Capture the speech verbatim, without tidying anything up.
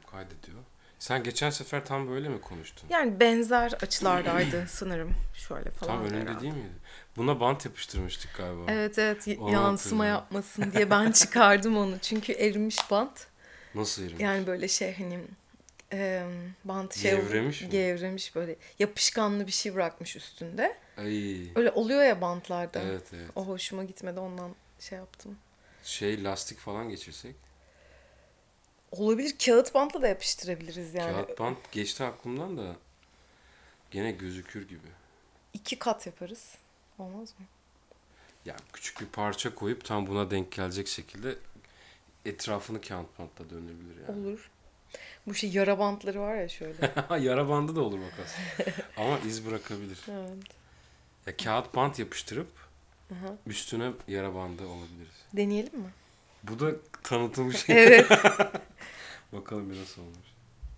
kaydediyor. Sen geçen sefer tam böyle mi konuştun? Yani benzer açılardaydı sanırım. Şöyle falan Tam önünde herhalde. değil miydi? Buna bant yapıştırmıştık galiba. Evet evet, y- Onu yansıma hatırlıyorum. yapmasın diye ben çıkardım onu. Çünkü erimiş bant. Nasıl erimiş? Yani böyle şey hani e, bant şey olur, Gevremiş mi? gevremiş, böyle yapışkanlı bir şey bırakmış üstünde. Ay. Öyle oluyor ya bantlarda. Evet evet. O hoşuma gitmedi, ondan şey yaptım. Şey lastik falan geçirsek. Olabilir, kağıt bantla da yapıştırabiliriz yani. Kağıt bant geçti aklımdan da gene gözükür gibi. İki kat yaparız. Olmaz mı? Ya küçük bir parça koyup tam buna denk gelecek şekilde etrafını kağıt bantla dönebilir yani. Olur. Bu şey yara bantları var ya şöyle. Yara bandı da olur makas. Ama iz bırakabilir. Evet. Ya kağıt bant yapıştırıp Aha. üstüne yara bandı olabiliriz. Deneyelim mi? Bu da tanıtılmış. Evet. Bakalım bir nasıl olmuş.